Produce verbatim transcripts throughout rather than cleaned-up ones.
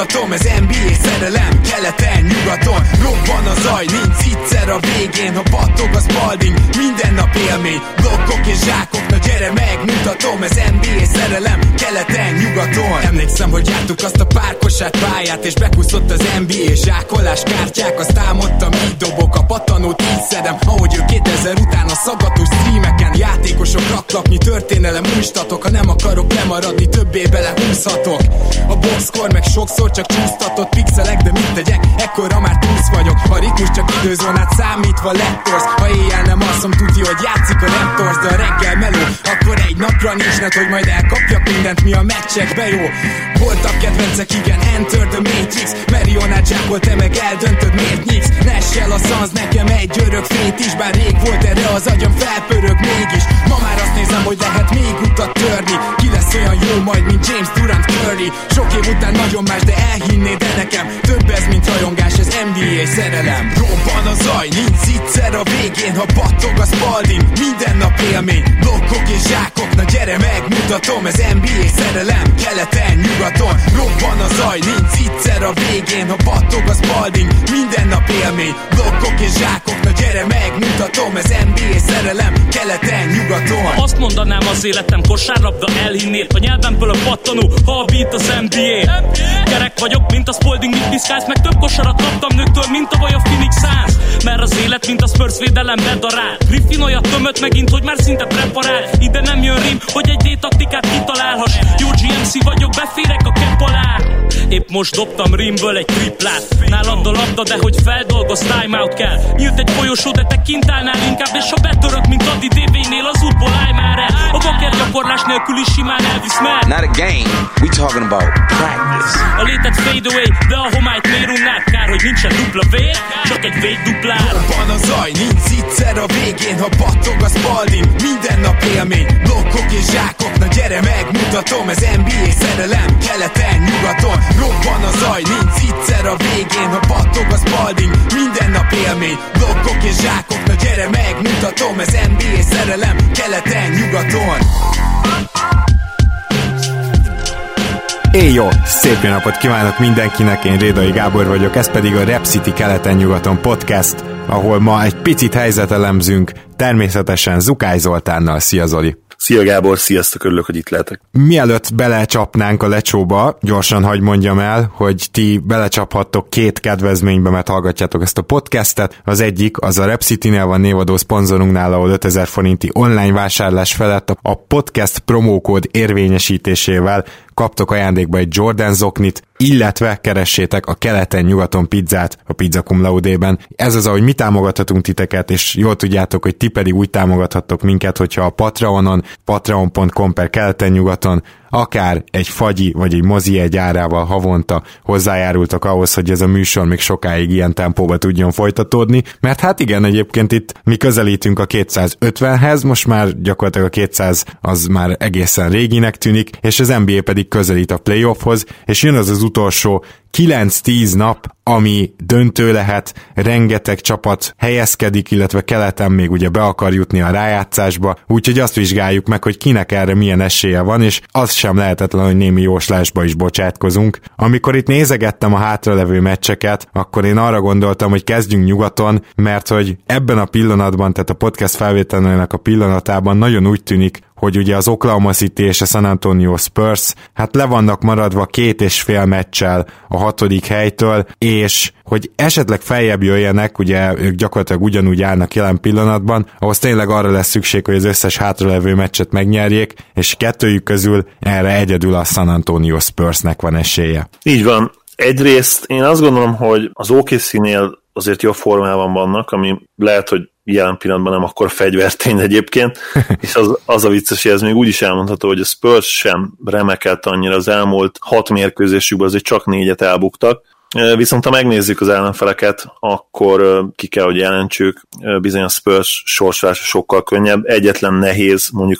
megmutatom, ez en bé á szerelem, keleten, nyugaton. Robban a zaj, nincs egyszer a végén, ha battog a Spalding, minden nap élmény. Blokkok és zsákok, na gyere megmutatom, ez en bé á szerelem, keleten, nyugaton. Emlékszem, hogy jártuk azt a párkosát pályát, és bekúszott az en bé á zsákolás kártyák. Azt álmodtam, így dobok a patanót, így szedem, ahogy ő kétezer után a szaggatós streameken. Játékosok, raklapnyi, történelem, újstatok, ha nem akarok lemaradni, többé belehúzhatok. A boxkor meg sokszor csak csúsztatott pixelek, de mit tegyek, ekkora már túsz vagyok. A ritmus csak időzónát számítva lettorsz. Ha éjjel nem alszom, tudja, hogy játszik a Raptors, de a reggel meló, akkor egy napra nincs net, hogy majd elkapjak mindent, mi a meccsekbe jó. Voltak kedvencek, igen, Enter the Matrix. Marionát zsákol, te meg eldöntöd, miért nyíksz. Nessel a szansz, nekem egy örök fét is, bár rég volt erre az agyam, felpörög mégis. Ma már azt nézem, hogy lehet még utat törni. Ki lesz olyan jó majd, mint James Durant Curry. Sok év után nagyon más, de elhinnéd de nekem. Több ez, mint rajongás, ez en bé á szerelem. Robban a zaj, nincs egyszer a végén, ha battog a Spalding, minden nap élmény. Blokkok és zsákok, na gyere megmutatom, ez en bé á szerelem, keleten, nyugaton. Robban a zaj, nincs egyszer a végén, ha battog a Spalding, minden nap élmény. Blokkok és zsákok, na gyere megmutatom, ez en bé á szerelem, keleten, nyugaton. Ha azt mondanám, az életem kosárlabda, elhinnél, a nyelvemből a pattanó, ha a beat az en bé á. Gyerek vagyok, mint a Spalding, mit piszkálsz, meg több kosarat kaptam nőktől, mint a vaj a Phoenix Suns. Mert az élet, mint a Spurs védelem bedarál. Griffin olyat tömött megint, hogy már szinte preparál. Ide nem jön rím, hogy egy D-taktikát kitalálhass. Jó gé em cé vagyok, beférek a kepp alá. Épp most dobtam rimből egy triplát. Nálad a labda, de hogy feldolgoz, timeout kell. Nyílt egy folyosó, de te kint állnál inkább. És ha betörök, mint Adi dé vé-nél, az útból állj már el. A baker gyakorlás nélkül is simán elvisz már. Not a game, we talking about practice. A létet fade away, de a homályt miért unnád? Kár, hogy nincsen dupla vér, csak egy véd duplár. Robban a zaj, nincs egyszer a végén, ha battog a Spalding, minden nap élmény. Blokkok és zsákok, na gyere megmutatom, ez en bé á szerelem, keleten, nyugaton. Robban a zaj, nincs egyszer a végén, ha battog a Spalding, minden nap élmény. Blokkok és zsákok, na gyere megmutatom, ez en bé á szerelem, keleten, nyugaton. Éj jó! Szép jó napot kívánok mindenkinek, én Rédai Gábor vagyok, ez pedig a Rap City keleten-nyugaton podcast, ahol ma egy picit helyzetelemzünk, természetesen Zukály Zoltánnal. Szia Zoli! Szia Gábor, sziasztok, örülök, hogy itt lehetek. Mielőtt belecsapnánk a lecsóba, gyorsan hagy mondjam el, hogy ti belecsaphattok két kedvezménybe, mert hallgatjátok ezt a podcastet. Az egyik, az a Rap City-nél van névadó szponzorunknál, ahol ötezer forinti online vásárlás felett a podcast promókód érvényesítésével kaptok ajándékba egy Jordan zoknit, illetve keressétek a keleten-nyugaton pizzát a Pizza Cum Laude-ben. Ez az, ahogy mi támogathatunk titeket, és jól tudjátok, hogy ti pedig úgy támogathattok minket, hogyha a Patreonon, patreon pont com per keleten-nyugaton akár egy fagyi vagy egy mozi egy árával havonta hozzájárultak ahhoz, hogy ez a műsor még sokáig ilyen tempóba tudjon folytatódni, mert hát igen, egyébként itt mi közelítünk a kétszázötvenhez, most már gyakorlatilag a kétszáz az már egészen réginek tűnik, és az en bé á pedig közelít a playoffhoz, és jön az az utolsó kilenc-tíz nap, ami döntő lehet, rengeteg csapat helyezkedik, illetve keleten még ugye be akar jutni a rájátszásba, úgyhogy azt vizsgáljuk meg, hogy kinek erre milyen esélye van, és az sem lehetetlen, hogy némi jóslásba is bocsátkozunk. Amikor itt nézegettem a hátralevő meccseket, akkor én arra gondoltam, hogy kezdjünk nyugaton, mert hogy ebben a pillanatban, tehát a podcast felvételének a pillanatában nagyon úgy tűnik, hogy ugye az Oklahoma City és a San Antonio Spurs hát le vannak maradva két és fél meccsel a hatodik helytől, és hogy esetleg feljebb jöjjenek, ugye ők gyakorlatilag ugyanúgy állnak jelen pillanatban, ahhoz tényleg arra lesz szükség, hogy az összes hátralevő meccset megnyerjék, és kettőjük közül erre egyedül a San Antonio Spursnek van esélye. Így van. Egyrészt én azt gondolom, hogy az o ká cé-nél azért jó formában vannak, ami lehet, hogy jelen pillanatban nem akkor fegyvertény egyébként, és az, az a vicces, hogy ez még úgy is elmondható, hogy a Spurs sem remekelt annyira az elmúlt hat mérkőzésükben, azért csak négyet elbuktak. Viszont ha megnézzük az ellenfeleket, akkor ki kell, hogy jelentsük, bizony a Spurs sorsolása sokkal könnyebb. Egyetlen nehéz, mondjuk az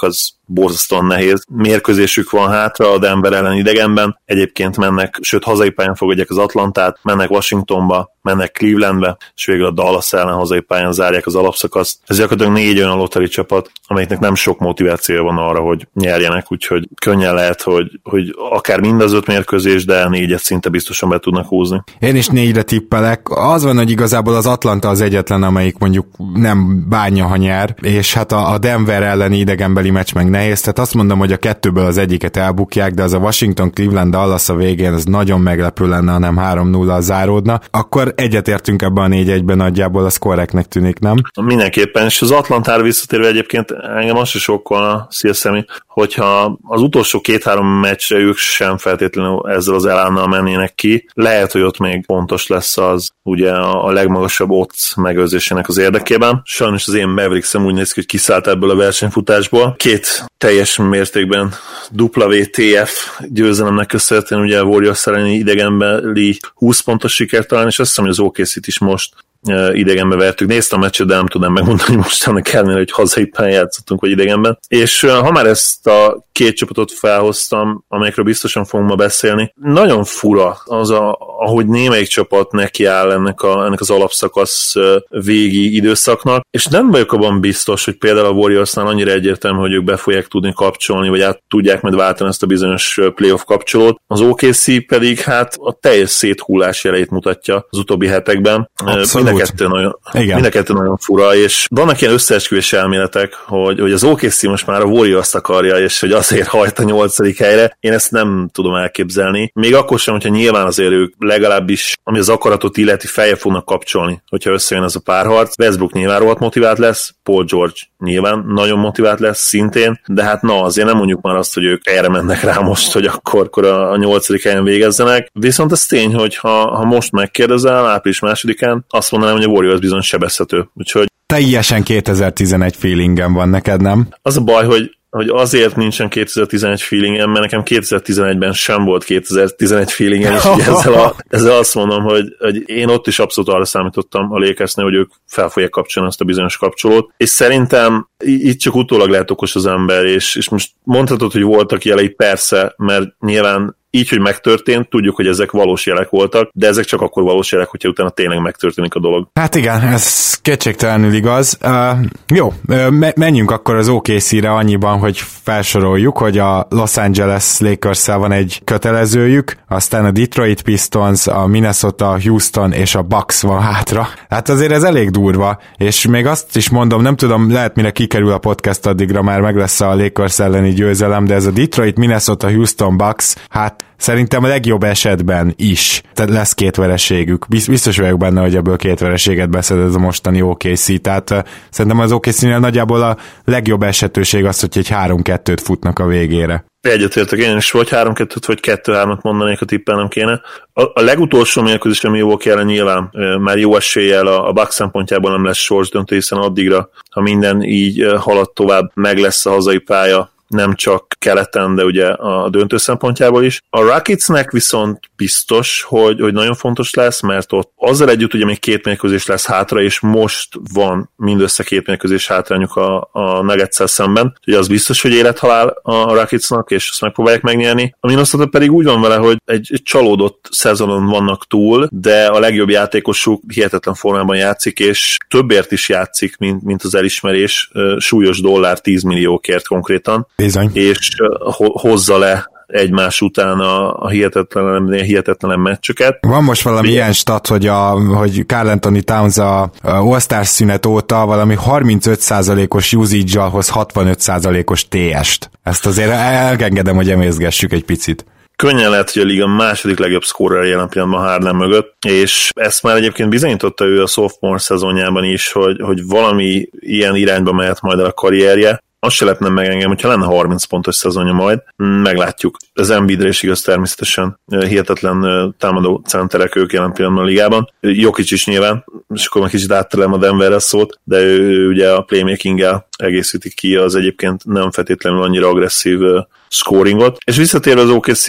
borzasztóan nehéz mérkőzésük van hátra a Denver ellen idegenben, egyébként mennek, sőt hazai pályán fogadják az Atlantát, mennek Washingtonba, mennek Clevelandbe, és végül a Dallas ellen hazai pályán zárják az alapszakaszt. Ez gyakorlatilag négy olyan lottery csapat, amelyiknek nem sok motivációja van arra, hogy nyerjenek, úgyhogy könnyen lehet, hogy, hogy akár mind az öt mérkőzés, de négyet szinte biztosan be tudnak húzni. Én is négyre tippelek. Az van, hogy igazából az Atlanta az egyetlen, amelyik mondjuk nem bánja, ha nyer, és hát a, a Denver elleni idegenbeli meccs meg nehéz, tehát azt mondom, hogy a kettőből az egyiket elbukják, de az a Washington Cleveland Dallas a végén, ez nagyon meglepő lenne, ha nem három nulla záródna. Akkor egyetértünk ebben a négy egyben nagyjából, az korrektnek tűnik, nem? Mindenképpen, és az Atlantára visszatérve egyébként engem az se sokkolna, szia Szemi, hogyha az utolsó két-három meccsre ők sem feltétlenül ezzel az elánnal mennének ki, lehet, hogy ott még pontos lesz az ugye a legmagasabb odds megőrzésének az érdekében. Sajnos az én Mavericksem úgy néz ki, hogy kiszállt ebből a versenyfutásból. Két teljes mértékben dupla vé té ef győzelemnek köszönhetően ugye a Warriors elleni idegenbeli húsz pontos sikert talán, és azt hiszem, hogy az o ká cét is most idegenbe vertük. Néztem a meccset, de nem tudom megmondani, hogy most annak ellenére, hogy hazai pályán játszottunk, vagy idegenben. És ha már ezt a két csapatot felhoztam, amelyekről biztosan fogunk ma beszélni, nagyon fura az, a, ahogy némelyik csapat nekiáll ennek, a, ennek az alapszakasz végi időszaknak, és nem vagyok abban biztos, hogy például a Warriorsnál annyira egyértelmű, hogy ők be fogják tudni kapcsolni, vagy át tudják majd váltani ezt a bizonyos playoff kapcsolót. Az o ká cé pedig hát a teljes széthullás jeleit mutatja az utóbbi hetekben. Abszolút. Mind a kettő nagyon, mind a kettő nagyon fura, és vannak ilyen összeesküvés elméletek, hogy, hogy az o ká cé most már a Warriors-t akarja, és hogy azért hajt a nyolcadik helyre. Én ezt nem tudom elképzelni. Még akkor sem, hogyha nyilván azért ők legalábbis, ami az akaratot illeti, feljebb fognak kapcsolni, hogyha összejön ez a párharc. Westbrook nyilván rohadt motivált lesz, Paul George nyilván nagyon motivált lesz szintén, de hát na, azért nem mondjuk már azt, hogy ők erre mennek rá most, hogy akkor, akkor a, a nyolcadik helyen végezzenek. Viszont ez tény, hogy ha, ha most megkérdezel, április másodikán, azt mondanám, hogy a Warriors bizony sebezhető. Úgyhogy teljesen kétezer-tizenegy feelingem van neked, nem? Az a baj, hogy hogy azért nincsen kétezer-tizenegy feelingem, mert nekem kétezer-tizenegyben sem volt kétezer-tizenegy feelingem, és ezzel, a, ezzel azt mondom, hogy, hogy én ott is abszolút arra számítottam a Lakersnél, hogy ők fel fogják kapcsolni azt a bizonyos kapcsolót, és szerintem itt csak utólag lehet okos az ember, és, és most mondhatod, hogy voltak jelei, persze, mert nyilván így, hogy megtörtént, tudjuk, hogy ezek valós jelek voltak, de ezek csak akkor valós jelek, hogyha utána tényleg megtörténik a dolog. Hát igen, ez kétségtelenül igaz. Uh, jó, uh, menjünk akkor az o ká cére annyiban, hogy felsoroljuk, hogy a Los Angeles Lakers-szel van egy kötelezőjük, aztán a Detroit Pistons, a Minnesota, Houston és a Bucks van hátra. Hát azért ez elég durva, és még azt is mondom, nem tudom, lehet mire kikerül a podcast, addigra már meg lesz a Lakers elleni győzelem, de ez a Detroit, Minnesota, Houston, Bucks, hát szerintem a legjobb esetben is. Tehát lesz két vereségük. Biztos vagyok benne, hogy ebből két vereséget beszed ez a mostani o ká cé. Tehát uh, szerintem az o ká cénél nagyjából a legjobb esetőség az, hogy egy három kettőt futnak a végére. Egyetértek, én is vagy három kettőt, vagy kettő hármat mondanék, a tippelnem kéne. A, a legutolsó mérkőzés, ami jó kell, nyilván e, már jó eséllyel a, a Bucks szempontjából nem lesz sorsdöntő, hiszen addigra, ha minden így e, halad tovább, meg lesz a hazai pálya, nem csak keleten, de ugye a döntő szempontjából is. A Rocketsnek viszont biztos, hogy, hogy nagyon fontos lesz, mert ott azzal együtt ugye még két mérkőzés lesz hátra, és most van mindössze két mérkőzés hátrányuk a, a Nuggets-szel szemben, ugye az biztos, hogy élethalál a Rocketsnak, és ezt megpróbálják megnyerni. A Minnesota pedig úgy van vele, hogy egy, egy csalódott szezonon vannak túl, de a legjobb játékosuk hihetetlen formában játszik, és többért is játszik, mint, mint az elismerés, súlyos dollár tíz milliókért konkrétan. Bizony. És hozza le egymás után a, a hihetetlen, hihetetlen meccsöket. Van most valami ilyen stat, hogy, a, hogy Karl Anthony Towns a, a All-Star szünet óta valami harmincöt százalékos usage-al hoz hatvanöt százalékos té est. Ezt azért elengedem, hogy emészgessük egy picit. Könnyen lehet, hogy a liga második legjobb szkórer jelen pillanatban Harden mögött, és ezt már egyébként bizonyította ő a sophomore szezonjában is, hogy, hogy valami ilyen irányba mehet majd el a karrierje. Azt se lepne meg engem, hogyha lenne harminc pontos szezonja majd. Meglátjuk. Az Embiidre is igaz természetesen. Hihetetlen támadó centerek ők jelen pillanatban a ligában. Jokic is nyilván, és akkor meg kicsit átterelem a Denverre szót, de ő ugye a playmaking-gel egészíti ki az egyébként nem feltétlenül annyira agresszív scoringot. És visszatérve az o ká cére,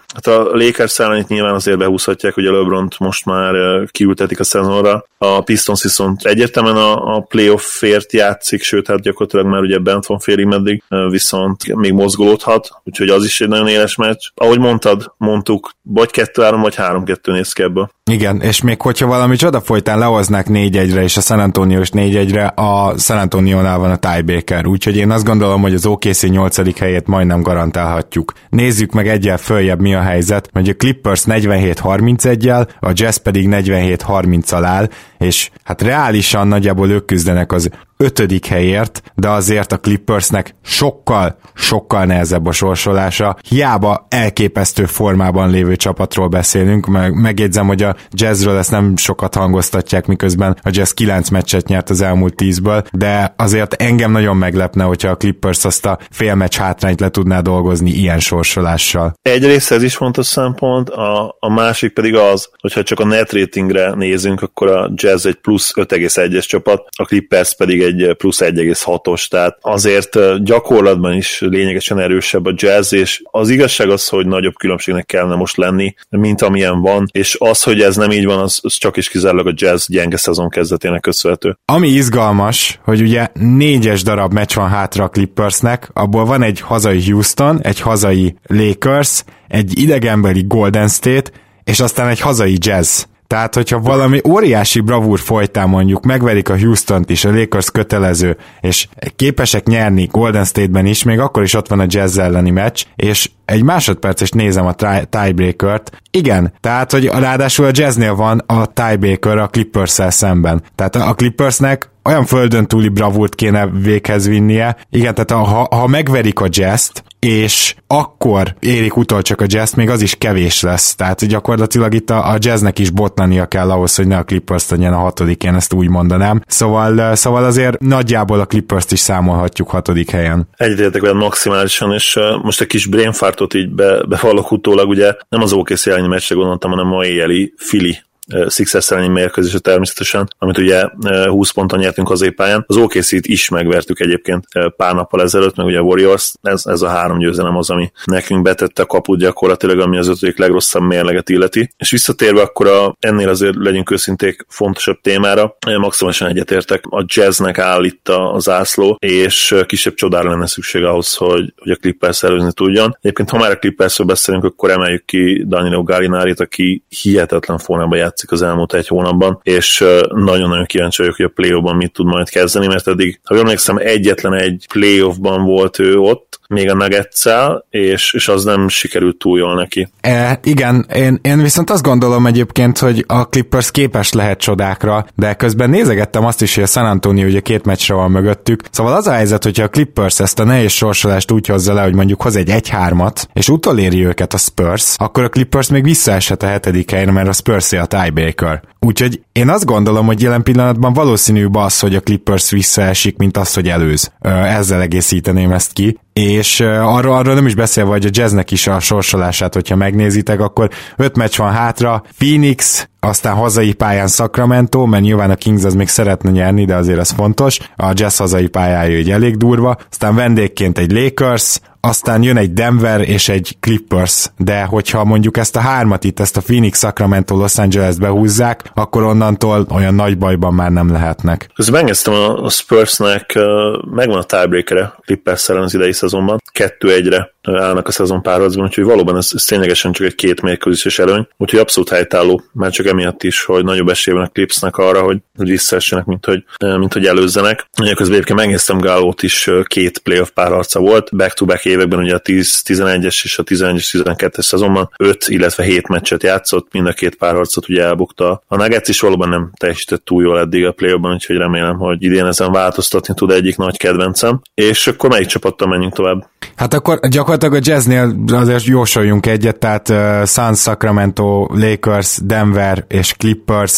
Hát a Lakers ellen nyilván azért behúzhatják, hogy a LeBront most már kiültetik a szezonra. A Pistons viszont egyértelműen a, a playoffért játszik, sőt, hát gyakorlatilag már ugye bent van félig meddig, viszont még mozgolódhat, úgyhogy az is egy nagyon éles meccs. Ahogy mondtad, mondtuk, vagy kettő három, vagy három kettő néz ki ebből. Igen, és még hogyha valami csoda folytán lehoznák négy egyre, és a San Antonio is négy egyre, a San Antonio-nál van a tiebreaker, úgyhogy én azt gondolom, hogy az o ká cé nyolcadik helyét majdnem garantálhatjuk. Nézzük meg egyel följebb mi a helyzet, hogy a Clippers negyvenhét harmincegyel, a Jazz pedig negyvenhét harminccal áll, és hát reálisan nagyjából ők küzdenek az ötödik helyért, de azért a Clippersnek sokkal, sokkal nehezebb a sorsolása. Hiába elképesztő formában lévő csapatról beszélünk, meg megjegyzem, hogy a Jazzről ezt nem sokat hangoztatják, miközben a Jazz kilenc meccset nyert az elmúlt tízből, de azért engem nagyon meglepne, hogyha a Clippers azt a félmeccs hátrányt le tudná dolgozni ilyen sorsolással. Egyrészt ez is fontos szempont, a, a másik pedig az, hogyha csak a net ratingre nézünk, akkor a Jazz egy plusz öt egész egyes csapat, a Clippers pedig egy plusz egy egész hatos, tehát azért gyakorlatban is lényegesen erősebb a Jazz, és az igazság az, hogy nagyobb különbségnek kellene most lenni, mint amilyen van, és az, hogy ez nem így van, az, az csak is kizárólag a Jazz gyenge szezon kezdetének köszönhető. Ami izgalmas, hogy ugye négyes darab meccs van hátra a Clippersnek, abból van egy hazai Houston, egy hazai Lakers, egy idegenbeli Golden State, és aztán egy hazai Jazz. Tehát, hogyha valami óriási bravúr folytán mondjuk megverik a Houstont is, a Lakers kötelező, és képesek nyerni Golden State-ben is, még akkor is ott van a Jazz elleni meccs, és egy másodperc is nézem a tiebreakert. Igen, tehát, hogy ráadásul a Jazznél van a tiebreaker a Clippers-szel szemben. Tehát a Clippersnek olyan földön túli bravúrt kéne véghez vinnie. Igen, tehát ha, ha megverik a Jazzt, és akkor érik utol csak a Jazz, még az is kevés lesz. Tehát gyakorlatilag itt a, a Jazznek is botlania kell ahhoz, hogy ne a Clippers legyen a hatodik, én ezt úgy mondanám. Szóval, szóval azért nagyjából a Clippers-t is számolhatjuk hatodik helyen. Egyetértek olyan maximálisan, és uh, most egy kis brainfartot így be, bevallok utólag, ugye nem az o ká cé elleni meccsre gondoltam, hanem a éjjeli Philly Sixers elleni mérkőzésre természetesen, amit ugye húsz ponton nyertünk hazépályán. Az o ká cét is megvertük egyébként pár nappal ezelőtt, meg ugye a Warriors, ez, ez a három győzelem az, ami nekünk betette a kaput gyakorlatilag, ami az ötödik legrosszabb mérleget illeti. És visszatérve akkor a, ennél azért legyünk őszinték fontosabb témára, maximálisan egyetértek, a Jazznek áll itt a zászló, és kisebb csodára lenne szükség ahhoz, hogy, hogy a Clippers előzni tudjon. Egyébként, ha már a Clippersről beszélünk, akkor emeljük ki Danilo Gallinari-t, aki hihetetlen formában játszik az elmúlt egy hónapban, és nagyon-nagyon kíváncsi vagyok, hogy a play-offban mit tud majd kezdeni, mert eddig, ha emlékszem, egyetlen egy play-offban volt ő ott, még a Nuggets-szel, és, és az nem sikerült túl jól neki. E, igen, én, én viszont azt gondolom egyébként, hogy a Clippers képes lehet csodákra, de közben nézegettem azt is, hogy a San Antonio ugye két meccsre van mögöttük, szóval az a helyzet, hogyha a Clippers ezt a nehéz sorsolást úgy hozza le, hogy mondjuk hoz egy egy-hármat, és utoléri őket a Spurs, akkor a Clippers még visszaeshet a hetedik helyre, mert a Spurs a tiebreaker. Úgyhogy én azt gondolom, hogy jelen pillanatban valószínűbb az, hogy a Clippers visszaesik, mint az, hogy előz. Ezzel egészíteném ezt ki. És arról, arról nem is beszélve, hogy a Jazznek is a sorsolását, hogyha megnézitek, akkor öt meccs van hátra, Phoenix, aztán hazai pályán Sacramento, mert nyilván a Kings az még szeretne nyerni, de azért ez fontos, a Jazz hazai pályája így elég durva, aztán vendégként egy Lakers, aztán jön egy Denver és egy Clippers, de hogyha mondjuk ezt a hármat itt, ezt a Phoenix, Sacramento, Los Angeles-be húzzák, akkor onnantól olyan nagy bajban már nem lehetnek. Közben megnéztem a Spursnek, megvan a tiebreakere Clippers ellen az idei szezonban, kettő egyre állnak a szezon párharcban, úgyhogy valóban ez, ez ténylegesen csak egy két mérkőzéses előny, úgyhogy abszolút helytálló, már csak emiatt is, hogy nagyobb esély van a Clipsnek arra, hogy visszaessenek, mint hogy, mint hogy előzzenek. Közben egyébként megnéztem, Gallót is két playoff párharca volt, back-to-back években ugye a tíz tizenegyes és a tizenegyes tizenkettes szezonban öt, illetve hét meccset játszott, mind a két párharcot ugye elbukta. A Nuggets is valóban nem teljesített túl jól eddig a playoffban, úgyhogy remélem, hogy idén ezen változtatni tud egyik nagy kedvencem. És akkor melyik csapattal menjünk tovább? Hát akkor gyakorlatilag a Jazznél azért jósoljunk egyet, tehát uh, Suns, Sacramento, Lakers, Denver és Clippers,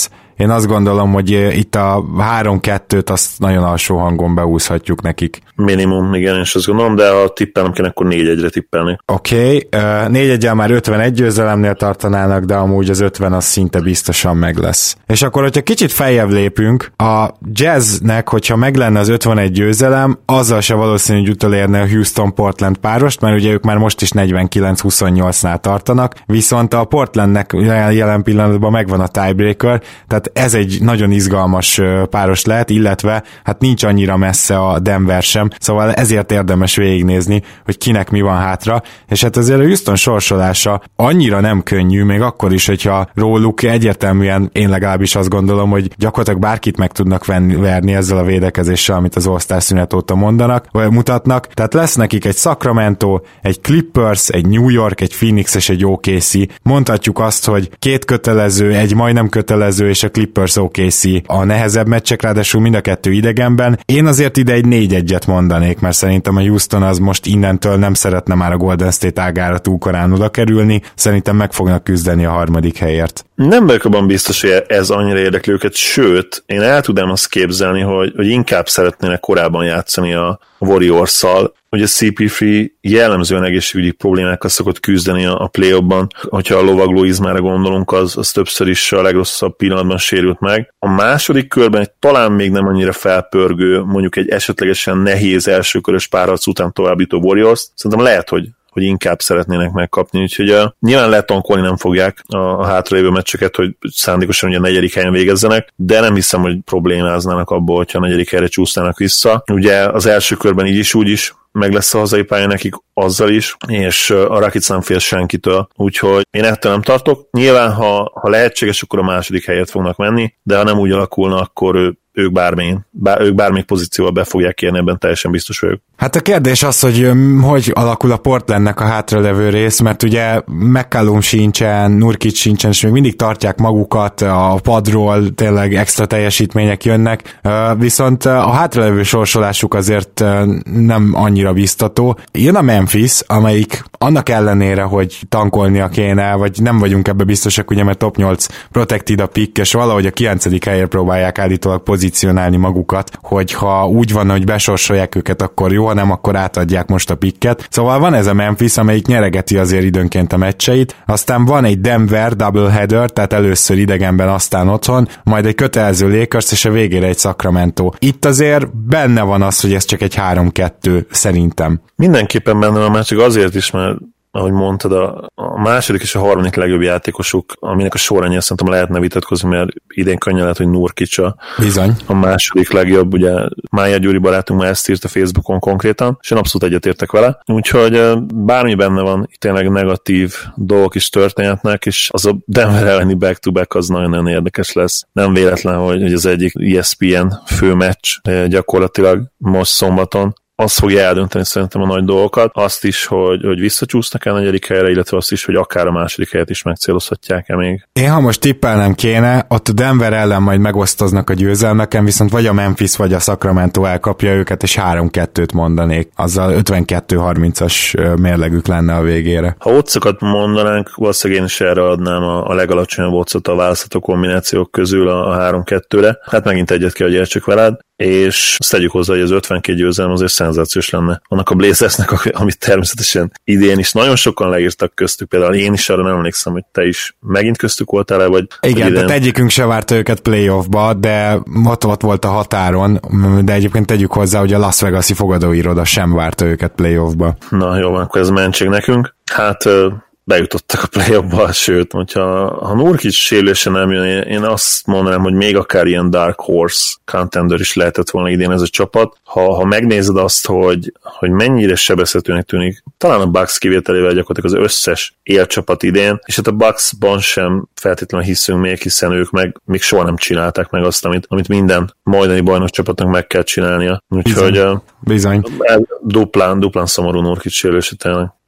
én azt gondolom, hogy itt a három kettőt azt nagyon alsó hangon beúszhatjuk nekik. Minimum, igen, és azt gondolom, de ha tippelnem kéne, akkor négy egyre tippelni. Oké, okay. négy egyel már ötvenegy győzelemnél tartanának, de amúgy az ötven az szinte biztosan meg lesz. És akkor, hogyha kicsit feljebb lépünk, a Jazznek, hogyha meg lenne az ötvenegy győzelem, azzal se valószínű, hogy utolérne a Houston-Portland párost, mert ugye ők már most is negyvenkilenc huszonnyolcnál tartanak, viszont a Portlandnek jelen pillanatban megvan a tiebreaker, tehát ez egy nagyon izgalmas páros lehet, illetve hát nincs annyira messze a Denver sem, szóval ezért érdemes végignézni, hogy kinek mi van hátra, és hát azért a Houston sorsolása annyira nem könnyű, még akkor is, hogyha róluk egyértelműen én legalábbis azt gondolom, hogy gyakorlatilag bárkit meg tudnak venni, verni ezzel a védekezéssel, amit az All-Star szünet óta mondanak, vagy mutatnak, tehát lesz nekik egy Sacramento, egy Clippers, egy New York, egy Phoenix és egy o ká cé. Mondhatjuk azt, hogy két kötelező, egy majdnem kötelező és a Clippers o ká cé a nehezebb meccsek, ráadásul mind a kettő idegenben. Én azért ide egy négy egyet mondanék, mert szerintem a Houston az most innentől nem szeretne már a Golden State ágára túl korán oda kerülni, szerintem meg fognak küzdeni a harmadik helyért. Nem vagyok abban biztos, hogy ez annyira érdekli őket, sőt, én el tudnám azt képzelni, hogy, hogy inkább szeretnének korábban játszani a Warriors-szal. Ugye a cé pé három jellemzően egészségügyi problémákkal szokott küzdeni a play-offban, hogyha a lovagló izmára gondolunk, az, az többször is a legrosszabb pillanatban sérült meg. A második körben egy talán még nem annyira felpörgő, mondjuk egy esetlegesen nehéz elsőkörös párharc után továbbító Warriors, szerintem lehet, hogy hogy inkább szeretnének megkapni, úgyhogy uh, nyilván lehet tankolni nem fogják a, a hátralévő meccseket, hogy szándékosan ugye a negyedik helyen végezzenek, de nem hiszem, hogy problémáznának abból, hogyha a negyedik helyre csúsznának vissza. Ugye az első körben így is úgy is meg lesz a hazai pálya nekik azzal is, és a Rockets nem fél senkitől, úgyhogy én ettől nem tartok. Nyilván, ha, ha lehetséges, akkor a második helyet fognak menni, de ha nem úgy alakulna, akkor ő ők bármilyen, bár, ők bármelyik pozícióval be fogják kérni, ebben teljesen biztos vagyok. Hát a kérdés az, hogy hogy alakul a Portlandnek a hátralevő rész, mert ugye McCallum sincsen, Nurkic sincsen, és még mindig tartják magukat a padról, tényleg extra teljesítmények jönnek, viszont a hátralevő sorsolásuk azért nem annyira biztató. Jön a Memphis, amelyik annak ellenére, hogy tankolnia kéne, vagy nem vagyunk ebbe biztosak, ugye, mert top nyolc protected a pick, és valahogy a kilencedik helyre próbálják állítólag pozícionálni magukat, hogyha úgy van, hogy besorsolják őket, akkor jó, ha nem, akkor átadják most a picket. Szóval van ez a Memphis, amelyik nyeregeti azért időnként a meccseit, aztán van egy Denver doubleheader, tehát először idegenben, aztán otthon, majd egy kötelező Lakers, és a végére egy Sacramento. Itt azért benne van az, hogy ez csak egy három kettő szerintem. Mindenképpen benne van, már csak azért is, mert ahogy mondtad, a, a második és a harmadik legjobb játékosuk, aminek a sorrendje szerintem lehetne vitatkozni, mert idén könnyen lehet, hogy Nurkic a, Bizony. a második legjobb, ugye Mája Gyuri barátunk már ezt írt a Facebookon konkrétan, és én abszolút egyetértek vele. Úgyhogy bármi benne van, itt tényleg negatív dolgok is történhetnek, és az a Denver elleni back-to-back az nagyon-nagyon érdekes lesz. Nem véletlen, hogy, hogy az egyik E S P N főmeccs gyakorlatilag most szombaton, azt fogja eldönteni szerintem a nagy dolgokat, azt is, hogy, hogy visszacsúsznak el a negyedik helyre, illetve azt is, hogy akár a második helyet is megcélozhatják-e még. Én ha most tippelnem kéne, ott a Denver ellen majd megosztoznak a győzelmeken, viszont vagy a Memphis, vagy a Sacramento elkapja őket, és három kettőt mondanék. Azzal ötvenkettő harmincas mérlegük lenne a végére. Ha odszokat mondanánk, valószínűleg én is erre adnám a, a legalacsonyabb otszot a választható kombinációk közül a, a három kettőre. Hát megint egyet kell, hogy értsük veled, és azt tegyük hozzá, hogy az ötvenkét győzelem azért szenzációs lenne. Annak a Blazersnek, amit természetesen idén is nagyon sokan leírtak köztük, például én is arra nem emlékszem, hogy te is megint köztük voltál-e, vagy... Igen, idén... tehát egyikünk se várta őket playoffba, de ott, ott volt a határon, de egyébként tegyük hozzá, hogy a Las Vegas-i fogadóiroda sem várta őket playoffba. Na jó, akkor ez mentség nekünk. Hát... bejutottak a play-offba, sőt, hogyha ha Nurkic sérülése nem jön, én azt mondanám, hogy még akár ilyen Dark Horse contender is lehetett volna idén ez a csapat. Ha, ha megnézed azt, hogy, hogy mennyire sebezhetőnek tűnik, talán a Bucks kivételével gyakorlatilag az összes élcsapat idén, és hát a Bucksban sem feltétlenül hiszünk még, hiszen ők meg még soha nem csinálták meg azt, amit, amit minden majdani bajnok csapatnak meg kell csinálnia. Úgyhogy Bizony. Bizony. duplán, duplán szomorú Nurkic sérülése tényleg.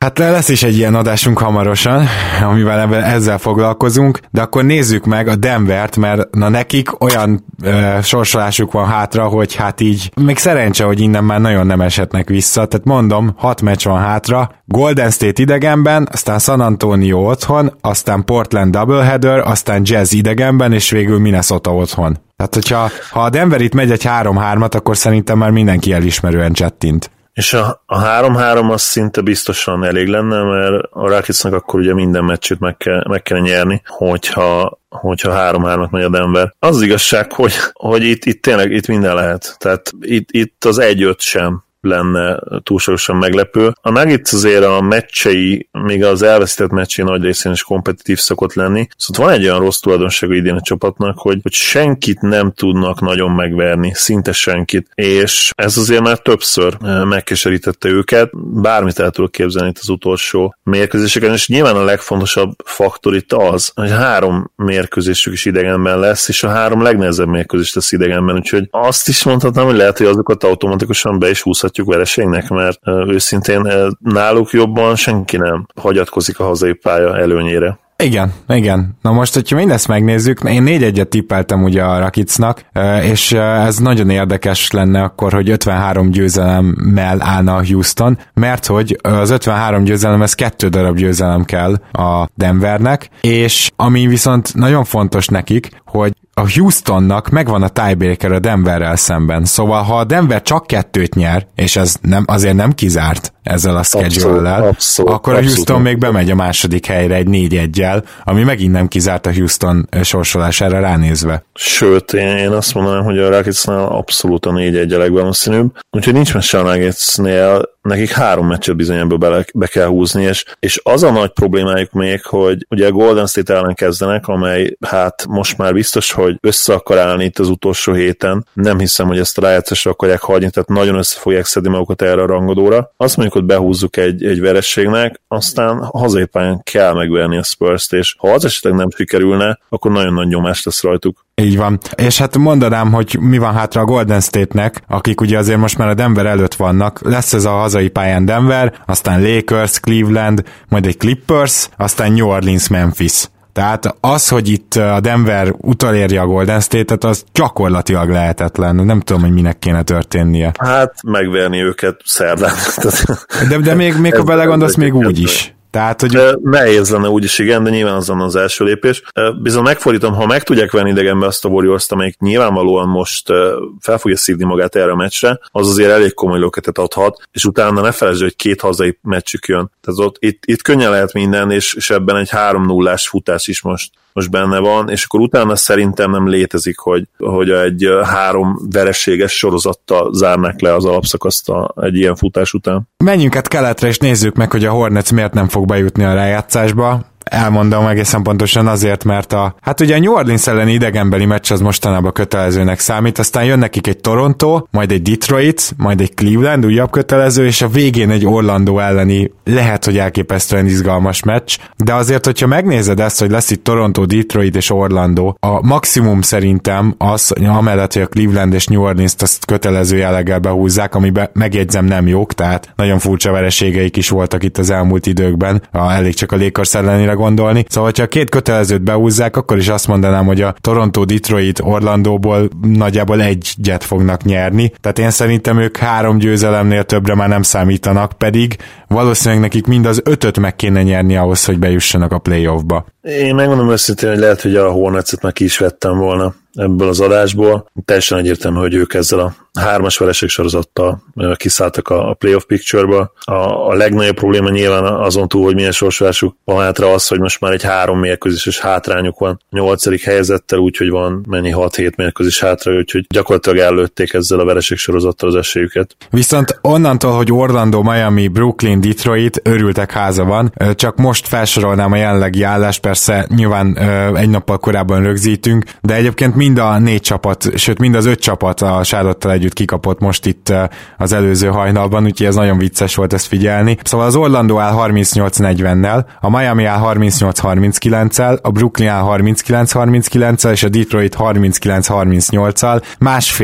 Hát lesz is egy ilyen adásunk hamarosan, amivel ezzel foglalkozunk, de akkor nézzük meg a Denvert, mert na nekik olyan ö, sorsolásuk van hátra, hogy hát így még szerencse, hogy innen már nagyon nem eshetnek vissza, tehát mondom, hat meccs van hátra, Golden State idegenben, aztán San Antonio otthon, aztán Portland doubleheader, aztán Jazz idegenben, és végül Minnesota otthon. Tehát, hogyha ha a Denver itt megy egy három-hármat, akkor szerintem már mindenki elismerően csettint. És a, a három-három az szinte biztosan elég lenne, mert a Rocketsnak akkor ugye minden meccsét meg kell, meg kell nyerni, hogyha, hogyha három-hármat megy a Denver. Az igazság, hogy, hogy itt, itt tényleg itt minden lehet. Tehát itt, itt az egy-öt sem lenne túlságosan meglepő. A Nuggets azért a meccsei, még az elveszített meccsei nagy részén is kompetitív szokott lenni. Szóval van egy olyan rossz tulajdonsága idén a csapatnak, hogy, hogy senkit nem tudnak nagyon megverni, szinte senkit, és ez azért már többször megkeserítette őket. Bármit el tudok képzelni itt az utolsó mérkőzéseken, és nyilván a legfontosabb faktor itt az, hogy három mérkőzésük is idegenben lesz, és a három legnehezebb mérkőzés lesz idegenben, úgyhogy azt is mondhatnám, hogy lehet, hogy azokat automatikusan be is húzhat vereségnek, mert uh, őszintén uh, náluk jobban senki nem hagyatkozik a hazai pálya előnyére. Igen, igen. Na most, hogyha mindezt megnézzük, én négy egyet tippeltem ugye a Rocketsnak, és ez nagyon érdekes lenne akkor, hogy ötvenhárom győzelemmel állna a Houston, mert hogy az ötvenhárom győzelem, ez kettő darab győzelem kell a Denvernek, és ami viszont nagyon fontos nekik, hogy a Houstonnak megvan a tiebreaker a Denverrel szemben, szóval ha a Denver csak kettőt nyer, és ez nem, azért nem kizárt ezzel a schedule-lel, akkor abszolút, a Houston abszolút. még bemegy a második helyre egy négy egyel, ami megint nem kizárt a Houston sorsolására ránézve. Sőt, én, én azt mondanám, hogy a Rocketsnál abszolút a négy egy a legvalószínűbb, úgyhogy nincs mese a Nuggetsnél, nekik három meccset bizony ebből be, be kell húzni, és, és az a nagy problémájuk még, hogy ugye a Golden State ellen kezdenek, amely hát most már biztos, hogy össze akar állni itt az utolsó héten. Nem hiszem, hogy ezt a rájátszásra akarják hagyni, tehát nagyon össze fogják szedni magukat erre a rangodóra. Azt mondjuk, hogy behúzzuk egy, egy verességnek, aztán hazai pályán kell megverni a Spurs-t, és ha az esetleg nem sikerülne, akkor nagyon nagy nyomás lesz rajtuk. Így van. És hát mondanám, hogy mi van hátra a Golden State-nek, akik ugye azért most már a Denver előtt vannak. Lesz ez a hazai pályán Denver, aztán Lakers, Cleveland, majd egy Clippers, aztán New Orleans, Memphis. Tehát az, hogy itt a Denver utolérje a Golden State-et, az gyakorlatilag lehetetlen. Nem tudom, hogy minek kéne történnie. Hát megverni őket szerdán. De, de még, még ha belegondolsz, még úgy is. Tehát, hogy... Nehéz lenne úgyis, igen, de nyilván az lenne az első lépés. Bizony megfordítom, ha meg tudják venni idegenbe azt a Warriors-t, amelyik nyilvánvalóan most fel fogja szívni magát erre a meccsre, az azért elég komoly löketet adhat, és utána ne felejtsd, hogy két hazai meccsük jön. Tehát ott, itt, itt könnyen lehet minden, és, és ebben egy három nullás futás is most most benne van, és akkor utána szerintem nem létezik, hogy, hogy egy három vereséges sorozattal zárnák le az alapszakaszt egy ilyen futás után. Menjünk át keletre, és nézzük meg, hogy a Hornets miért nem fog bejutni a rájátszásba. Elmondom egészen pontosan azért, mert a, hát ugye a New Orleans elleni idegenbeli meccs az mostanában kötelezőnek számít, aztán jön nekik egy Toronto, majd egy Detroit, majd egy Cleveland, újabb kötelező, és a végén egy Orlando elleni, lehet, hogy elképesztően izgalmas meccs, de azért, hogyha megnézed ezt, hogy lesz itt Toronto, Detroit és Orlando, a maximum szerintem az, amellett, hogy a Cleveland és New Orleans-t azt kötelező jelleggel behúzzák, amiben megjegyzem nem jók, tehát nagyon furcsa vereségeik is voltak itt az elmúlt időkben, a, elég csak a Lakers ellenére gondolni. Szóval, ha a két kötelezőt behúzzák, akkor is azt mondanám, hogy a Toronto, Detroit, Orlandóból nagyjából egyet fognak nyerni. Tehát én szerintem ők három győzelemnél többre már nem számítanak, pedig valószínűleg nekik mind az ötöt meg kéne nyerni ahhoz, hogy bejussanak a playoffba. Én megmondom őszintén, hogy lehet, hogy a Hornets-et már ki is vettem volna ebből az adásból. Teljesen egyértelmű, hogy ők ezzel a hármas vereség sorozattal kiszálltak a playoff picture-ba. A, a legnagyobb probléma nyilván azon túl, hogy milyen sorsolásuk van hátra az, hogy most már egy három mérkőzéses hátrányuk van a nyolcadik helyezettel, úgyhogy van mennyi hat-hét mérkőzés hátra, úgyhogy gyakorlatilag előtték ezzel a vereség sorozattal az esélyüket. Viszont onnantól, hogy Orlando, Miami, Brooklyn, Detroit, örültek háza van, csak most felsorolnám a jelenlegi állást, persze nyilván egy nappal korábban rögzítünk, de egyébként mind a négy csapat, sőt mind az öt csapat a Charlotte-tal együtt kikapott most itt az előző hajnalban, úgyhogy ez nagyon vicces volt ezt figyelni. Szóval az Orlando áll harmincnyolc negyvennel, a Miami áll harmincnyolc harminckilenccel, a Brooklyn áll harminckilenc harminckilenccel, és a Detroit harminckilenc harmincnyolccal, másfél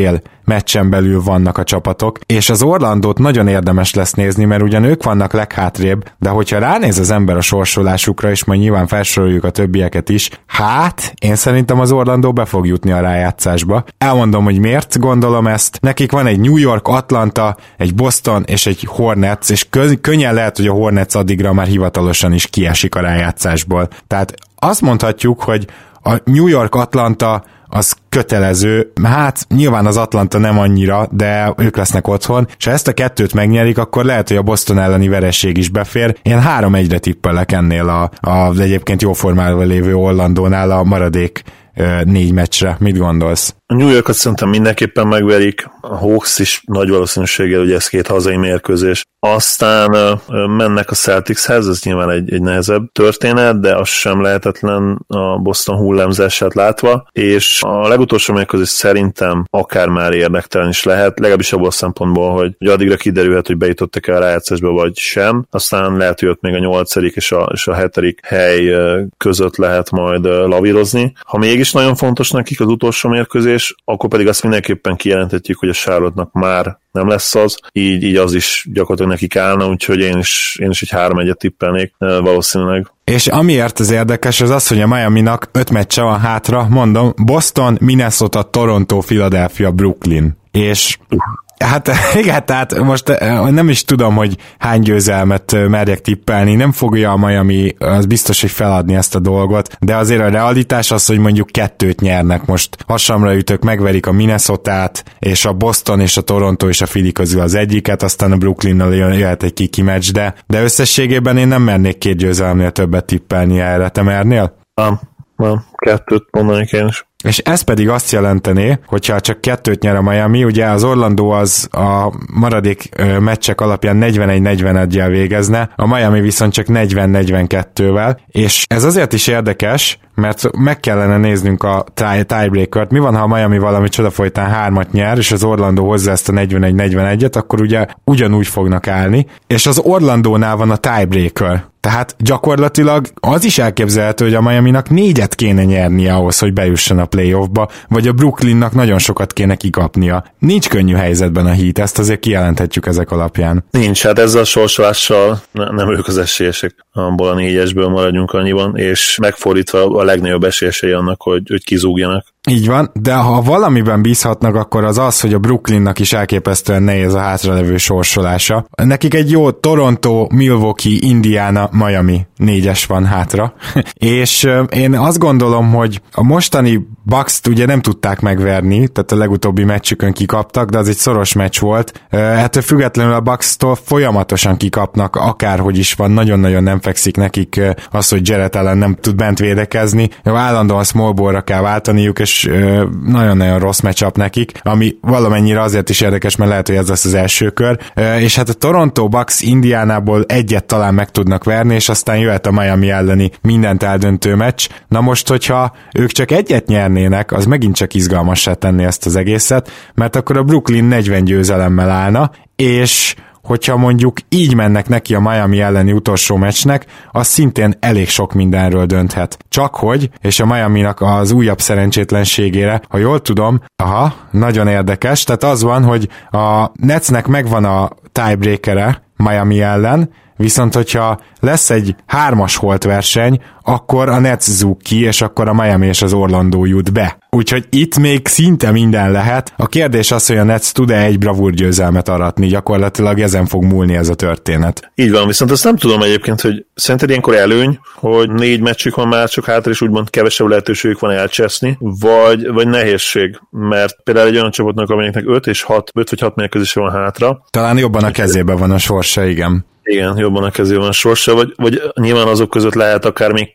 meccsen belül vannak a csapatok, és az Orlandót nagyon érdemes lesz nézni, mert ugyan ők vannak leghátrébb, de hogyha ránéz az ember a sorsolásukra, és majd nyilván felsoroljuk a többieket is, hát én szerintem az Orlandó be fog jutni a rájátszásba. Elmondom, hogy miért gondolom ezt. Nekik van egy New York, Atlanta, egy Boston és egy Hornets, és kö- könnyen lehet, hogy a Hornets addigra már hivatalosan is kiesik a rájátszásból. Tehát azt mondhatjuk, hogy a New York, Atlanta az kötelező, hát nyilván az Atlanta nem annyira, de ők lesznek otthon, és ha ezt a kettőt megnyerik, akkor lehet, hogy a Boston elleni vereség is befér. Én három egyre tippelek ennél a, a egyébként jó formában lévő Orlandónál a maradék négy meccsre. Mit gondolsz? A New Yorkot szerintem mindenképpen megverik, a Hawks is nagy valószínűséggel, ugye ez két hazai mérkőzés. Aztán mennek a Celticshez, ez nyilván egy, egy nehezebb történet, de az sem lehetetlen a Boston hullámzását látva, és a legutolsó mérkőzés szerintem akár már érdektelen is lehet, legalábbis abból a szempontból, hogy, hogy addigra kiderülhet, hogy bejutottak-e a rájátszásba, vagy sem. Aztán lehet, hogy ott még a nyolcadik és a, és a hetedik hely között lehet majd lavírozni. Ha mégis nagyon fontos nekik az utolsó mérkőzés, akkor pedig azt mindenképpen kijelenthetjük, hogy a Charlotte-nak már nem lesz az, így, így az is gyakorlatilag nekik állna, úgyhogy én is, én is egy három egyet tippelnék valószínűleg. És amiért az érdekes, az az, hogy a Miaminak öt meccse van hátra, mondom, Boston, Minnesota, Toronto, Philadelphia, Brooklyn. És hát igen, tehát most nem is tudom, hogy hány győzelmet merjek tippelni, nem fogja a Miami, az biztos, hogy feladni ezt a dolgot, de azért a realitás az, hogy mondjuk kettőt nyernek. Most hasamra ütök, megverik a Minnesotát, és a Boston és a Toronto és a Philly közül az egyiket, aztán a Brooklynnal jöhet egy kiki meccs, de, de összességében én nem mernék két győzelemnél többet tippelni erre. Te mernél? Nem, nem, kettőt mondanék én is. És ez pedig azt jelentené, hogyha csak kettőt nyer a Miami, ugye az Orlando az a maradék meccsek alapján negyvenegy negyvenegyel végezne, a Miami viszont csak negyven negyvenkettővel, és ez azért is érdekes, mert meg kellene néznünk a tiebreakert. Mi van, ha a Miami valami csoda folytán hármat nyer, és az Orlando hozzá ezt a negyvenegy negyvenegyet, akkor ugye ugyanúgy fognak állni, és az Orlandónál van a tiebreaker. Tehát gyakorlatilag az is elképzelhető, hogy a Miaminak négyet kéne nyernie ahhoz, hogy bejusson a playoffba, vagy a Brooklynnak nagyon sokat kéne kikapnia. Nincs könnyű helyzetben a Heat, ezt azért kijelenthetjük ezek alapján. Nincs, hát ezzel a sorsolással nem ők az esélyesek, abból a négyesből maradjunk annyiban, és megfordítva a legnagyobb esélyesei annak, hogy, hogy kizúgjanak. Így van, de ha valamiben bízhatnak, akkor az az, hogy a Brooklynnak is elképesztően nehéz a hátralevő sorsolása. Nekik egy jó Toronto, Milwaukee, Indiana, Miami négyes van hátra, és én azt gondolom, hogy a mostani Bucks-t ugye nem tudták megverni, tehát a legutóbbi meccsükön kikaptak, de az egy szoros meccs volt. Hát függetlenül a Bucks-tól folyamatosan kikapnak, akárhogy is van, nagyon-nagyon nem fekszik nekik az, hogy Jarrett Allen nem tud bent védekezni. Állandóan small ballra kell váltaniuk, és nagyon-nagyon rossz matchup nekik, ami valamennyire azért is érdekes, mert lehet, hogy ez lesz az első kör. És hát a Toronto Bucks Indiánából egyet talán meg tudnak verni, és aztán jöhet a Miami elleni mindent eldöntő meccs. Na most, hogyha ők csak egyet nyernének, az megint csak izgalmassá tenni ezt az egészet, mert akkor a Brooklyn negyven győzelemmel állna, és hogyha mondjuk így mennek neki a Miami elleni utolsó meccsnek, az szintén elég sok mindenről dönthet. Csak hogy, és a Miaminak az újabb szerencsétlenségére, ha jól tudom, aha, nagyon érdekes, tehát az van, hogy a Netsnek megvan a tiebreakere Miami ellen, viszont hogyha lesz egy hármas holt verseny, akkor a Nets zúg ki, és akkor a Miami és az Orlando jut be. Úgyhogy itt még szinte minden lehet. A kérdés az, hogy a Nets tud-e egy bravúr győzelmet aratni, gyakorlatilag ezen fog múlni ez a történet. Így van, viszont azt nem tudom egyébként, hogy szerinted ilyenkor előny, hogy négy meccsük van már csak hátra, és úgymond kevesebb lehetőségük van elcseszni, vagy, vagy nehézség, mert például egy olyan csapatnak, amelyeknek öt és hat, öt vagy hat mérkőzése van hátra. Talán jobban a kezében van a sorsa, igen. Igen, jobban a kezében a sorsa, vagy, vagy nyilván azok között lehet akár még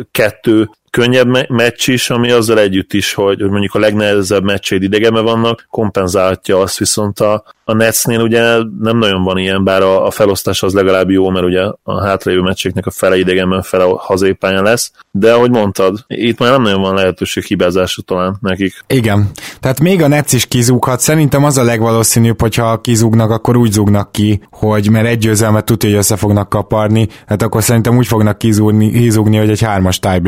kettő könnyebb me- meccs is, ami azzal együtt is, hogy, hogy mondjuk a legnehezebb meccseid idegenben vannak, kompenzálhatja azt, viszont a, a Netsnél ugye nem nagyon van ilyen, bár a, a felosztás az legalább jó, mert ugye a hátralévő meccseknek a fele idegenben, fele hazépályán lesz, de ahogy mondtad, itt már nem nagyon van lehetőség hibázásra talán nekik. Igen, tehát még a Nets is kizúghat, szerintem az a legvalószínűbb, hogyha kizúgnak, akkor úgy zúgnak ki, hogy mert egy győzelmet tudja, hogy össze fognak kaparni, hát akkor szerintem úgy fognak kizúgni, kizúgni, hogy egy hármas tiebreaker lesz,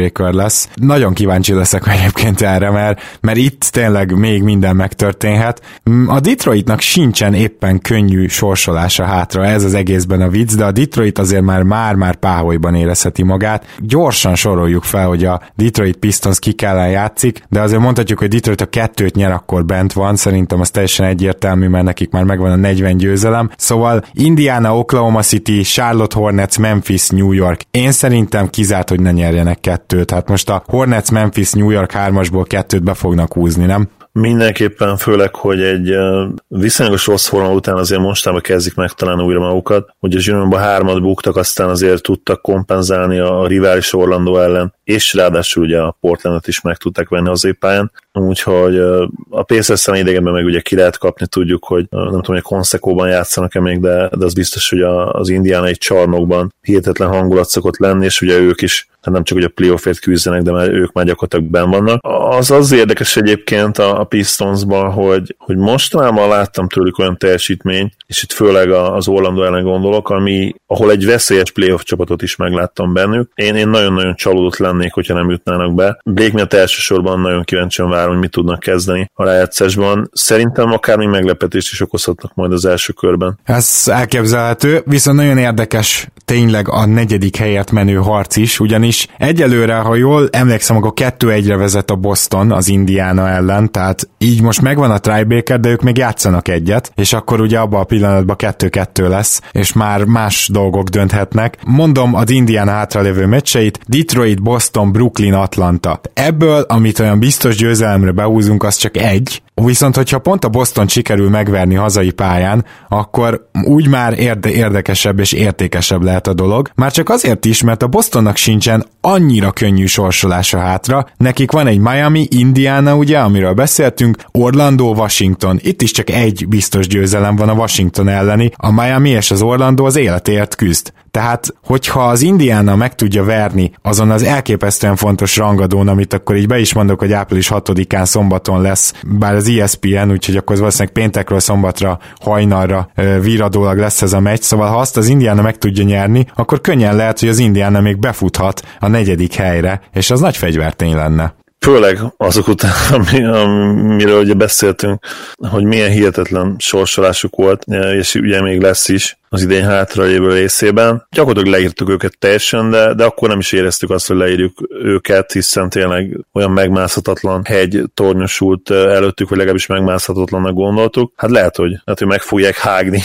Vegas. Nagyon kíváncsi leszek egyébként erre, mert, mert itt tényleg még minden megtörténhet. A Detroitnak sincsen éppen könnyű sorsolása hátra, ez az egészben a vicc, de a Detroit azért már már-már páholyban érezheti magát. Gyorsan soroljuk fel, hogy a Detroit Pistons ki ellen játszik, de azért mondhatjuk, hogy Detroit a kettőt nyer, akkor bent van, szerintem az teljesen egyértelmű, mert nekik már megvan a negyven győzelem. Szóval Indiana, Oklahoma City, Charlotte Hornets, Memphis, New York. Én szerintem kizárt, hogy ne nyerjenek kettőt. Hát most a Hornets, Memphis, New York hármasból kettőt be fognak húzni, nem? Mindenképpen, főleg, hogy egy viszonylagos rossz forma után azért mostában kezdik megtalálni újra magukat, hogy a zsinórban hármat buktak, aztán azért tudtak kompenzálni a rivális Orlando ellen, és ráadásul ugye a Portlandet is meg tudták venni az pályán, úgyhogy a Pacers-en idegenben meg ugye ki lehet kapni, tudjuk, hogy nem tudom, hogy a Consecóban játszanak-e még, de, de az biztos, hogy az indiánai csarnokban hihetetlen hangulat szokott lenni, és ugye ők is, tehát nem csak hogy a playoffért küzdenek, de már ők már gyakorlatilag benn vannak. Az az érdekes egyébként a, a Pistonsban, hogy, hogy mostanában láttam tőlük olyan teljesítmény, és itt főleg az Orlando ellen gondolok, ami, ahol egy veszélyes playoff csapatot is megláttam bennük. Én, én nagyon-nagyon csalódott lennék, hogyha nem jutnának be. Blake miatt elsősorban nagyon kíváncsian várom, hogy mit tudnak kezdeni a rájátszásban. Szerintem akár még meglepetést is okozhatnak majd az első körben. Ez elképzelhető, viszont nagyon érdekes tényleg a negyedik helyért menő harc is, ugyanis egyelőre, ha jól emlékszem, akkor kettő egyre vezet a Boston az Indiana ellen, tehát így most megvan a tiebreaker, de ők még játszanak egyet, és akkor ugye abban a pillanatban kettő-kettő lesz, és már más dolgok dönthetnek. Mondom az Indiana hátralévő meccseit: Detroit, Boston, Brooklyn, Atlanta. Ebből, amit olyan biztos győzelemre behúzunk, az csak egy. Viszont, hogyha pont a Boston sikerül megverni hazai pályán, akkor úgy már érde- érdekesebb és értékesebb lehet a dolog. Már csak azért is, mert a Bostonnak sincsen annyira könnyű sorsolása hátra. Nekik van egy Miami, Indiana, ugye, amiről beszéltünk, Orlando, Washington. Itt is csak egy biztos győzelem van a Washington elleni. A Miami és az Orlando az életért küzd. Tehát, hogyha az Indiana meg tudja verni azon az elképesztően fontos rangadón, amit akkor így be is mondok, hogy április hatodikán szombaton lesz, bár az E S P N, úgyhogy akkor valószínűleg péntekről szombatra, hajnalra virradólag lesz ez a meccs, szóval ha azt az Indiana meg tudja nyerni, akkor könnyen lehet, hogy az Indiana még befuthat a negyedik helyre, és az nagy fegyvertény lenne. Főleg azok után, ami, amiről ugye beszéltünk, hogy milyen hihetetlen sorsolásuk volt, és ugye még lesz is az idén hátralévő részében. Gyakorlatilag leírtuk őket teljesen, de, de akkor nem is éreztük azt, hogy leírjuk őket, hiszen tényleg olyan megmászhatatlan hegy tornyosult előttük, vagy legalábbis megmászhatatlannak gondoltuk. Hát lehet, hogy, lehet, hogy meg fogják hágni.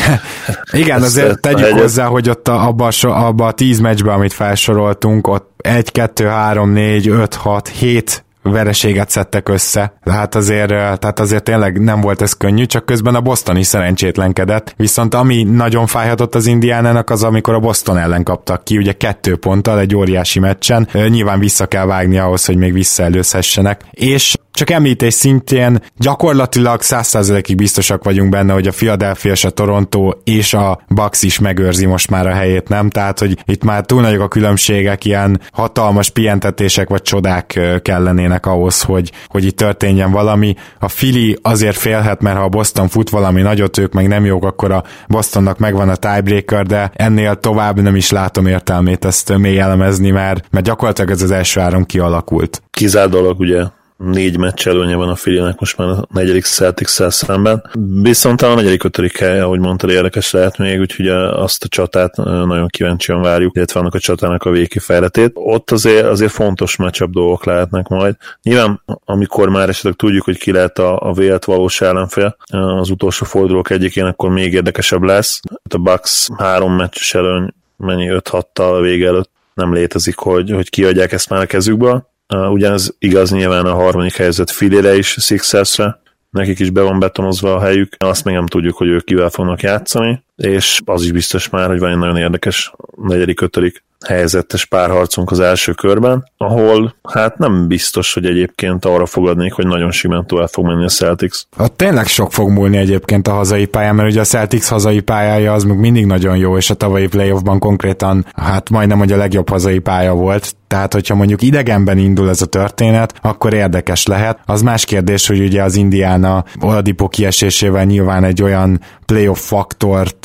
Igen, azért tegyük hozzá, hogy ott a, abba, a, abba a tíz meccsben, amit felsoroltunk, ott egy, kettő, három, négy, öt, hat, hét vereséget szedtek össze, tehát azért, tehát azért tényleg nem volt ez könnyű, csak közben a Boston is szerencsétlenkedett, viszont ami nagyon fájhatott az Indiánának, az amikor a Boston ellen kaptak ki, ugye kettő ponttal egy óriási meccsen, nyilván vissza kell vágni ahhoz, hogy még visszaelőzhessenek, és csak említés szintjén gyakorlatilag száz százalékig biztosak vagyunk benne, hogy a Philadelphia és a Toronto és a Bucks is megőrzi most már a helyét, nem? Tehát, hogy itt már túl nagyok a különbségek, ilyen hatalmas pihentetések vagy csodák kellenének ahhoz, hogy, hogy itt történjen valami. A Philly azért félhet, mert ha a Boston fut valami nagyot, ők meg nem jók, akkor a Bostonnak megvan a tiebreaker, de ennél tovább nem is látom értelmét ezt mély elemezni, mert, mert gyakorlatilag ez az első három kialakult. Kizárt dolog, ugye? Négy meccs előnye van a Phillynek most már a negyedik Celtics-szel szemben. Viszont a negyedik, ötödik hely, ahogy mondtad, érdekes lehet még, úgyhogy azt a csatát nagyon kíváncsian várjuk, illetve annak a csatának a végkifejletét. Ott azért, azért fontos matchup dolgok lehetnek majd. Nyilván, amikor már esetleg tudjuk, hogy ki lehet a, a vélt valós ellenfél az utolsó fordulók egyikén, akkor még érdekesebb lesz. A Bucks három meccses előny, mennyi öt-hattal a vége előtt nem létezik, hogy, hogy kiadják ezt már a kezükből. Uh, ugyanez igaz nyilván a harmadik helyzet Phillyre is, Sixersre, nekik is be van betonozva a helyük, azt még nem tudjuk, hogy ők kivel fognak játszani, és az is biztos már, hogy van egy nagyon érdekes negyedik, ötödik helyzetes párharcunk az első körben, ahol hát nem biztos, hogy egyébként arra fogadnék, hogy nagyon simán tovább fog menni a Celtics. Hát tényleg sok fog múlni egyébként a hazai pályán, mert ugye a Celtics hazai pályája az még mindig nagyon jó, és a tavalyi playoffban konkrétan hát majdnem, hogy a legjobb hazai pálya volt, tehát hogyha mondjuk idegenben indul ez a történet, akkor érdekes lehet. Az más kérdés, hogy ugye az Indiana Oladipo kiesésével nyilván egy olyan playoff faktort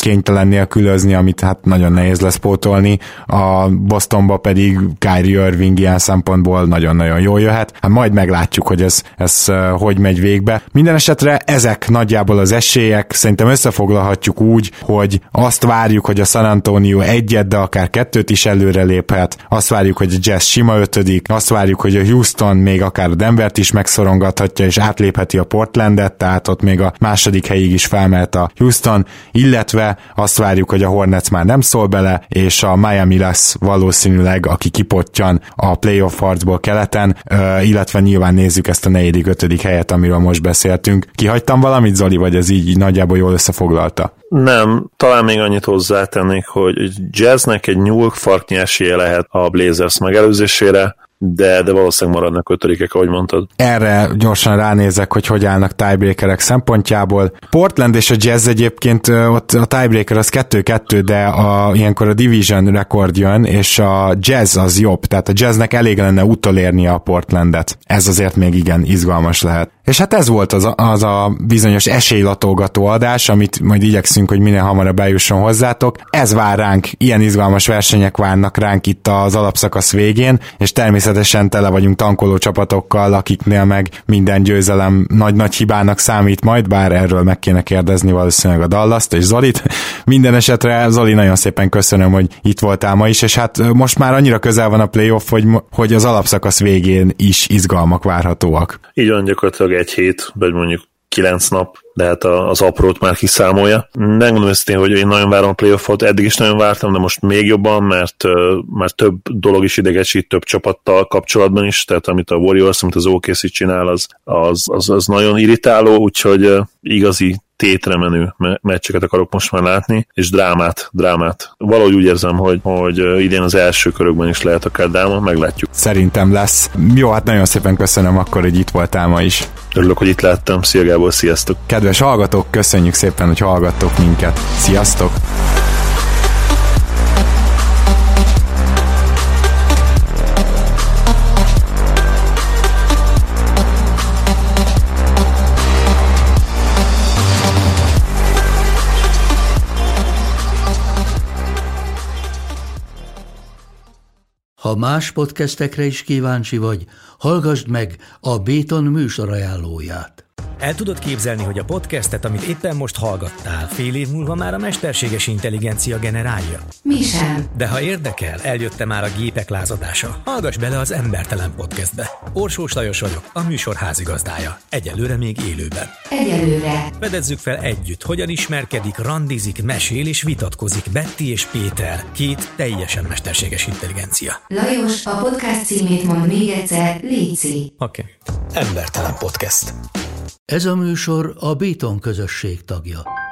kénytelen nélkülözni, amit hát nagyon nehéz lesz pótolni, a Bostonba pedig Kyrie Irving ilyen szempontból nagyon-nagyon jól jöhet. Hát majd meglátjuk, hogy ez, ez hogy megy végbe. Minden esetre ezek nagyjából az esélyek, szerintem összefoglalhatjuk úgy, hogy azt várjuk, hogy a San Antonio egyet, de akár kettőt is előre léphet, azt várjuk, hogy a Jazz sima ötödik, azt várjuk, hogy a Houston még akár a Denvert is megszorongathatja, és átlépheti a Portlandet, tehát ott még a második helyig is felmehet a Houston, illetve azt várjuk, hogy a Hornets már nem szól bele, és a Miami lesz valószínűleg, aki kipottyan a playoff harcból keleten, illetve nyilván nézzük ezt a negyedik, ötödik helyet, amiről most beszéltünk. Kihagytam valamit, Zoli, vagy ez így nagyjából jól összefoglalta? Nem, talán még annyit hozzátennék, hogy Jazznek egy nyúlfarknyi esélye lehet a Blazers megelőzésére, de, de valószínűleg maradnak ötödikek, ahogy mondtad. Erre gyorsan ránézek, hogy hogy állnak tiebreakerek szempontjából. Portland és a Jazz egyébként ott a tiebreaker az kettő-kettő, de a, ilyenkor a division rekord jön, és a Jazz az jobb, tehát a Jazznek elég lenne utolérnie a Portlandet. Ez azért még igen izgalmas lehet. És hát ez volt az a, az a bizonyos esélylatolgató adás, amit majd igyekszünk, hogy minél hamarabb eljusson hozzátok. Ez vár ránk, ilyen izgalmas versenyek várnak ránk itt az alapszakasz végén, és természetesen tele vagyunk tankoló csapatokkal, akiknél meg minden győzelem nagy-nagy hibának számít majd, bár erről meg kéne kérdezni valószínűleg a Dallast és Zolit. Minden esetre, Zoli, nagyon szépen köszönöm, hogy itt voltál ma is, és hát most már annyira közel van a playoff, hogy, hogy az alapszakasz végén is izgalmak várhatóak. Így van, gyakorlatilag egy hét, vagy mondjuk kilenc nap, de hát az aprót már kiszámolja. Megmondom őszintén, hogy én nagyon várom a playoffot, eddig is nagyon vártam, de most még jobban, mert uh, már több dolog is idegesít, több csapattal kapcsolatban is, tehát amit a Warriors, amit az o ká cé csinál, az, az, az, az nagyon irritáló, úgyhogy uh, igazi tétre menő meccseket akarok most már látni, és drámát, drámát. Valahogy úgy érzem, hogy, hogy idén az első körökben is lehet akár dráma, meglátjuk. Szerintem lesz. Jó, hát nagyon szépen köszönöm akkor, hogy itt voltál ma is. Örülök, hogy itt láttam. Szia Gábor, sziasztok! Kedves hallgatók, köszönjük szépen, hogy hallgattok minket. Sziasztok! Ha más podcastekre is kíváncsi vagy, hallgassd meg a Béton műsor ajánlóját. El tudod képzelni, hogy a podcastet, amit éppen most hallgattál, fél év múlva már a mesterséges intelligencia generálja? Mi sem. De ha érdekel, eljött már a gépek lázadása. Hallgass bele az Embertelen Podcastbe. Orsós Lajos vagyok, a műsor házigazdája. Egyelőre még élőben. Egyelőre. Fedezzük fel együtt, hogyan ismerkedik, randizik, mesél és vitatkozik Betty és Péter, két teljesen mesterséges intelligencia. Lajos, a podcast címét mond még egyszer, léci. Oké. Okay. Embertelen Podcast. Ez a műsor a Béton közösség tagja.